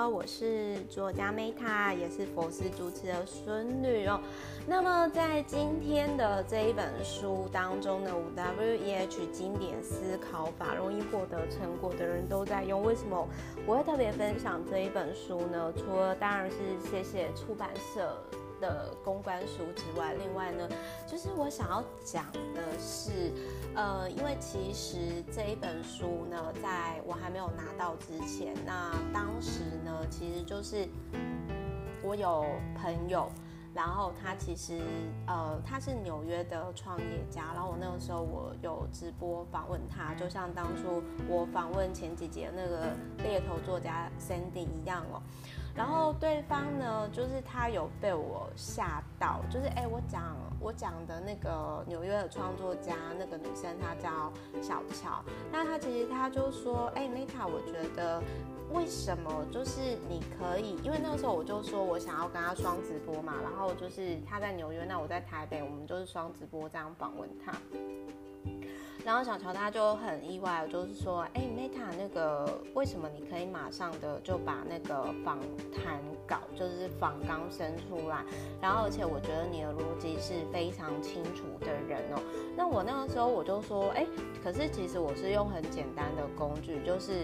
好，我是作家 Meta， 也是佛斯主持的孙女哦。那么在今天的这一本书当中呢，5W1H 经典思考法，容易获得成果的人都在用。为什么我会特别分享这一本书呢？除了当然是谢谢出版社的公关书之外，另外呢，就是我想要讲的是，因为其实这一本书呢，在我还没有拿到之前，那当时呢，其实就是我有朋友，然后他其实他是纽约的创业家，然后我那个时候我有直播访问他，就像当初我访问前几集的那个猎头作家 Sandy 一样哦。然后对方呢，就是他有被我吓到，就是我讲的那个纽约的创作家那个女生，她叫小乔，那她其实她就说，Meta， 我觉得为什么就是你可以，因为那个时候我就说我想要跟她双直播嘛，然后就是她在纽约，那我在台北，我们就是双直播这样访问她。然后小乔他就很意外，就是说，Meta 那个为什么你可以马上的就把那个访谈稿，就是访纲生出来，然后而且我觉得你的逻辑是非常清楚的人哦。那我那个时候我就说，可是其实我是用很简单的工具，就是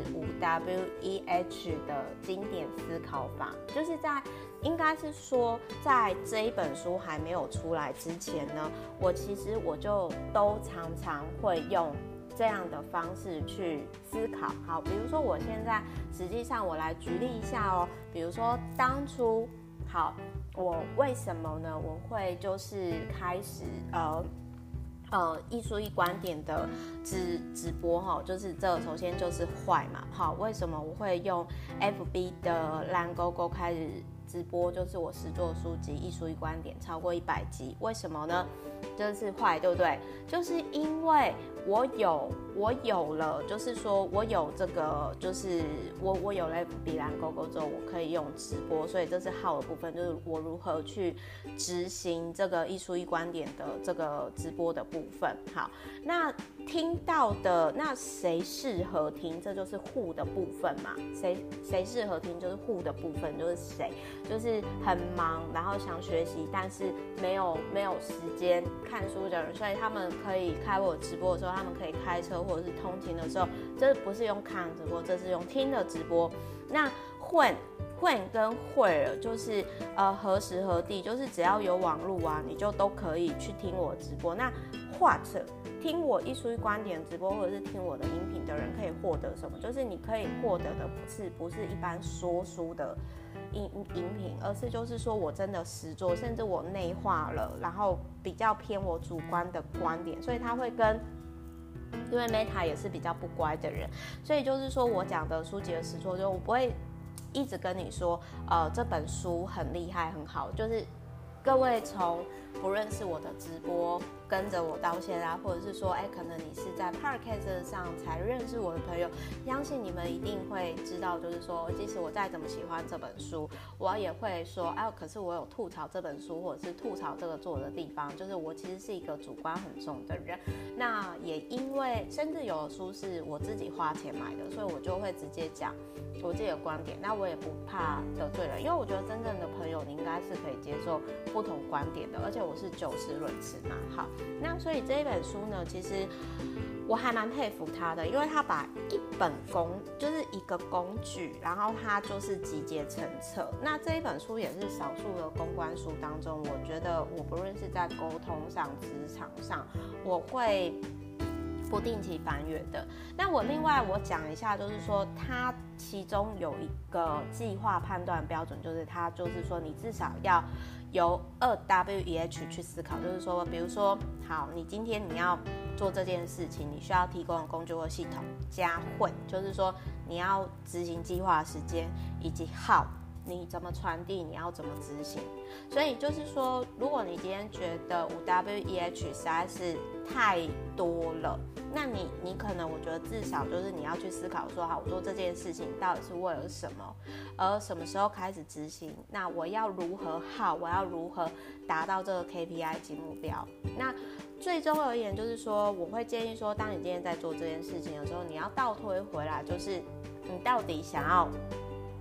5W1H 的经典思考法，就是应该是说，在这一本书还没有出来之前呢，其实我就都常常会用这样的方式去思考。好，比如说我现在实际上我来举例一下哦，比如说当初我为什么呢？我会就是开始艺术一观点的直播哈，就是这首先就是坏嘛。好，为什么我会用 FB 的蓝勾勾开始直播？就是我实作书籍艺术一观点超过100集，为什么呢？就是坏，对不对？就是因为我有了，就是说我有这个，就是我有了 FB 蓝勾勾之后，我可以用直播，所以这是好的部分，就是我如何去执行这个艺术一观点的这个直播的部分。好，那听到的那谁适合听，这就是 who 的部分嘛。谁适合听就是 who 的部分，就是谁，就是很忙，然后想学习，但是没有时间看书的人，所以他们可以开我直播的时候，他们可以开车或者是通勤的时候，这不是用看直播，这是用听的直播。那when 跟 where 就是何时何地，就是只要有网络啊，你就都可以去听我直播。那 what 听我艺术观点直播或者是听我的音频的人可以获得什么？就是你可以获得的不是一般说书的音频，而是就是说我真的实作，甚至我内化了，然后比较偏我主观的观点，所以他会因为 Meta 也是比较不乖的人，所以就是说我讲的书籍的实作，就我不会一直跟你说这本书很厉害很好，就是各位从不认识我的直播跟着我到现在，或者是说可能你是在 Podcast 上才认识我的朋友，相信你们一定会知道，就是说即使我再怎么喜欢这本书，我也会说可是我有吐槽这本书或者是吐槽这个作者的地方，就是我其实是一个主观很重的人。那也因为甚至有的书是我自己花钱买的，所以我就会直接讲我自己的观点，那我也不怕得罪人，因为我觉得真正的朋友你应该是可以接受不同观点的，而且我是就事论事嘛。好，那所以这一本书呢，其实我还蛮佩服他的，因为他把就是一个工具，然后他就是集结成册。那这一本书也是少数的公关书当中，我觉得我不论是在沟通上、职场上，我会不定期翻阅的。那另外我讲一下，就是说它其中有一个计划判断标准，就是它就是说你至少要由2W1H 去思考，就是说比如说好，你今天你要做这件事情，你需要提供的工具或系统加when，就是说你要执行计划的时间，以及 how你怎么传递，你要怎么执行。所以就是说，如果你今天觉得5W1H 实在是太多了，那你可能我觉得至少就是你要去思考说，好，我做这件事情到底是为了什么，而什么时候开始执行，那我要如何我要如何达到这个 KPI 及目标。那最终而言就是说，我会建议说，当你今天在做这件事情的时候，你要倒推回来，就是你到底想要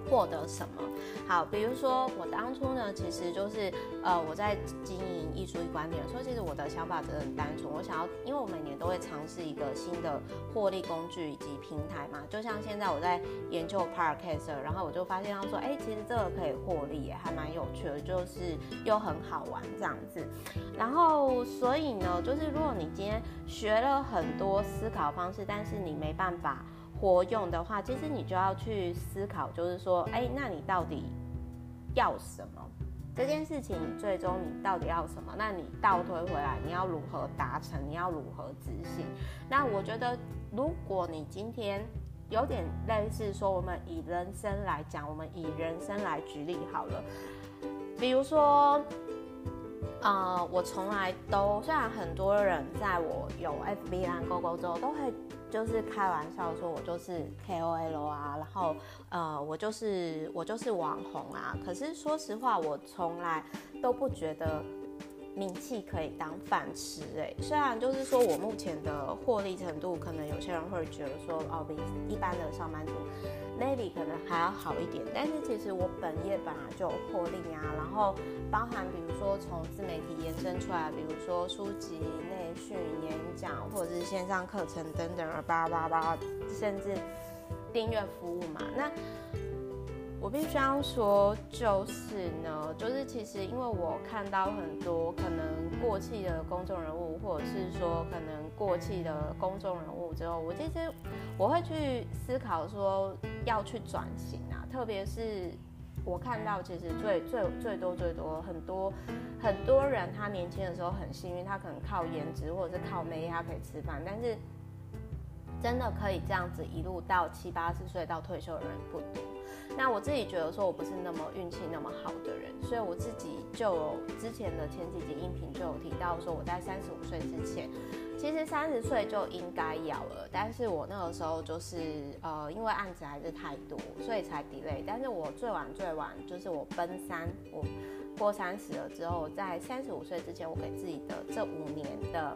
获得什么？好，比如说我当初呢，其实就是我在经营艺术观点的时候，其实我的想法真的很单纯，我想要，因为我每年都会尝试一个新的获利工具以及平台嘛，就像现在我在研究 Podcast， 然后我就发现到说，其实这个可以获利耶，还蛮有趣的，就是又很好玩这样子。然后所以呢，就是如果你今天学了很多思考方式，但是你没办法活用的话，其实你就要去思考，就是说，那你到底要什么？这件事情最终你到底要什么？那你倒推回来，你要如何达成？你要如何执行？那我觉得，如果你今天有点类似说，我们以人生来讲，我们以人生来举例好了，比如说。我从来都，虽然很多人在我有 FB 蓝勾勾之后，都会就是开玩笑说我就是 KOL 啊，然后我就是网红啊。可是说实话，我从来都不觉得名气可以当饭吃虽然就是说我目前的获利程度，可能有些人会觉得说比一般的上班族 maybe 可能还要好一点，但是其实我本业本来就有获利啊，然后包含比如说从自媒体延伸出来，比如说书籍、内训、演讲或者是线上课程等等甚至订阅服务嘛。那我必须要说，就是呢，就是其实因为我看到很多可能过气的公众人物，或者是说可能过气的公众人物之后，我其实我会去思考说要去转型啊，特别是我看到其实最多很多人他年轻的时候很幸运，他可能靠颜值或者是靠魅力他可以吃饭，但是真的可以这样子一路到70、80岁到退休的人不多。那我自己觉得说我不是那么运气那么好的人，所以我自己就有之前的前几集音频就有提到说，我在35岁之前，其实30岁就应该要了，但是我那个时候就是因为案子还是太多，所以才 delay。但是我最晚就是我我过30了之后，在35岁之前，我给自己的这5年的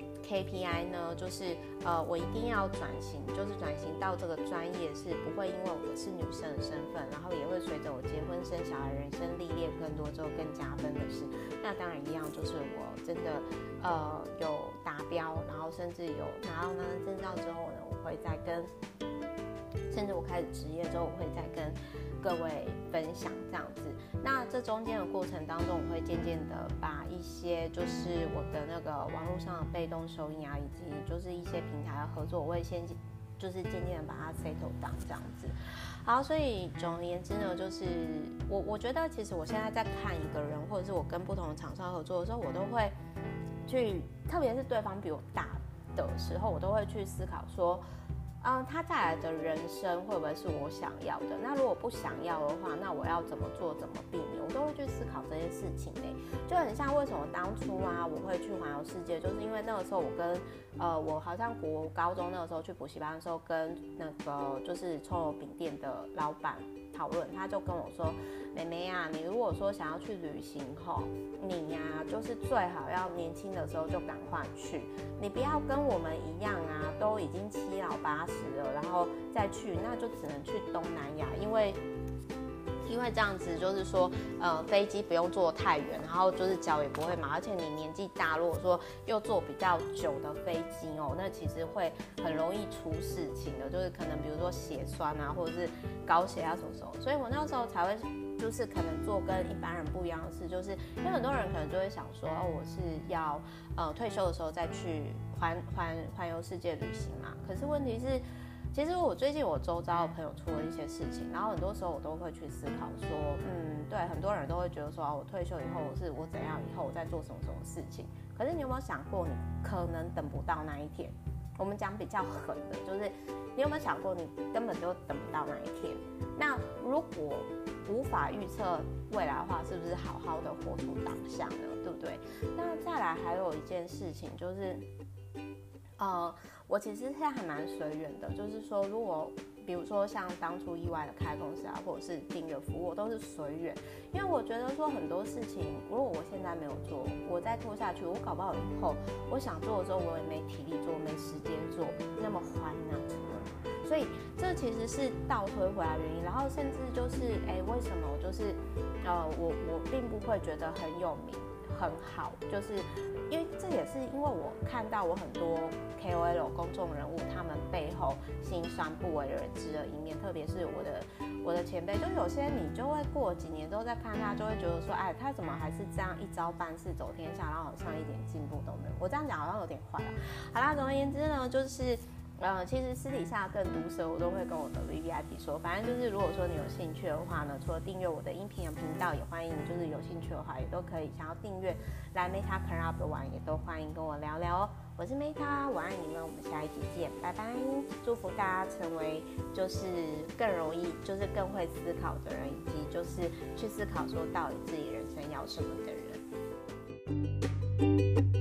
KPI 呢，就是我一定要转型，就是转型到这个专业是不会因为我是女生的身份，然后也会随着我结婚生小孩、人生历练更多之后更加分的是，那当然一样就是我真的有达标，然后甚至有拿到那个证照之后呢，我会再跟，甚至我开始职业之后，我会再跟各位分享这样子。那这中间的过程当中，我会渐渐的把一些就是我的那个网络上的被动收益啊，以及就是一些平台的合作，我会先就是渐渐的把它 settle down 这样子。好，所以总而言之呢，就是我觉得其实我现在在看一个人，或者是我跟不同的厂商合作的时候，我都会去，特别是对方比我大的时候，我都会去思考说。他带来的人生会不会是我想要的？那如果不想要的话，那我要怎么做，怎么避免？我都会去思考这些事情就很像为什么当初啊，我会去环游世界，就是因为那个时候我跟我好像国高中那个时候去补习班的时候，跟那个就是葱油饼店的老板讨论，他就跟我说，妹妹啊，你如果说想要去旅行你就是最好要年轻的时候就赶快去，你不要跟我们一样啊，都已经7老80了，然后再去，那就只能去东南亚，因为这样子就是说，飞机不用坐太远，然后就是脚也不会麻，而且你年纪大，如果说又坐比较久的飞机那其实会很容易出事情的，就是可能比如说血栓啊，或者是高血压什么，所以我那时候才会就是可能做跟一般人不一样的事，就是因为很多人可能就会想说，我是要退休的时候再去环游世界旅行嘛，可是问题是。其实我最近我周遭的朋友出了一些事情，然后很多时候我都会去思考说，对，很多人都会觉得说，我退休以后我怎样，以后我在做什么事情。可是你有没有想过，你可能等不到那一天？我们讲比较狠的，就是你有没有想过，你根本就等不到那一天？那如果无法预测未来的话，是不是好好的活出当下呢？对不对？那再来还有一件事情就是。我其实现在还蛮随缘的，就是说，如果比如说像当初意外的开公司啊，或者是订阅服务，我都是随缘，因为我觉得说很多事情，如果我现在没有做，我再拖下去，我搞不好以后我想做的时候，我也没体力做，没时间做，那么欢呢？所以这这其实是倒推回来的原因，然后甚至就是为什么就是我并不会觉得很有名很好，就是因为这也是因为我看到我很多 KOL 公众人物他们背后辛酸不为人知的一面，特别是我的前辈，就有些你就会过几年之后再看他，就会觉得说，哎，他怎么还是这样一招半式走天下，然后好像一点进步都没有。我这样讲好像有点坏了。好啦，总而言之呢，就是其实私底下更毒舌，我都会跟我的 VVIP 说，反正就是如果说你有兴趣的话呢，除了订阅我的音频频道，也欢迎就是有兴趣的话也都可以想要订阅来 Meta Club 的玩，也都欢迎跟我聊聊哦。我是 Meta， 我爱你们，我们下一集见，拜拜！祝福大家成为就是更容易，就是更会思考的人，以及就是去思考说到底自己人生要什么的人。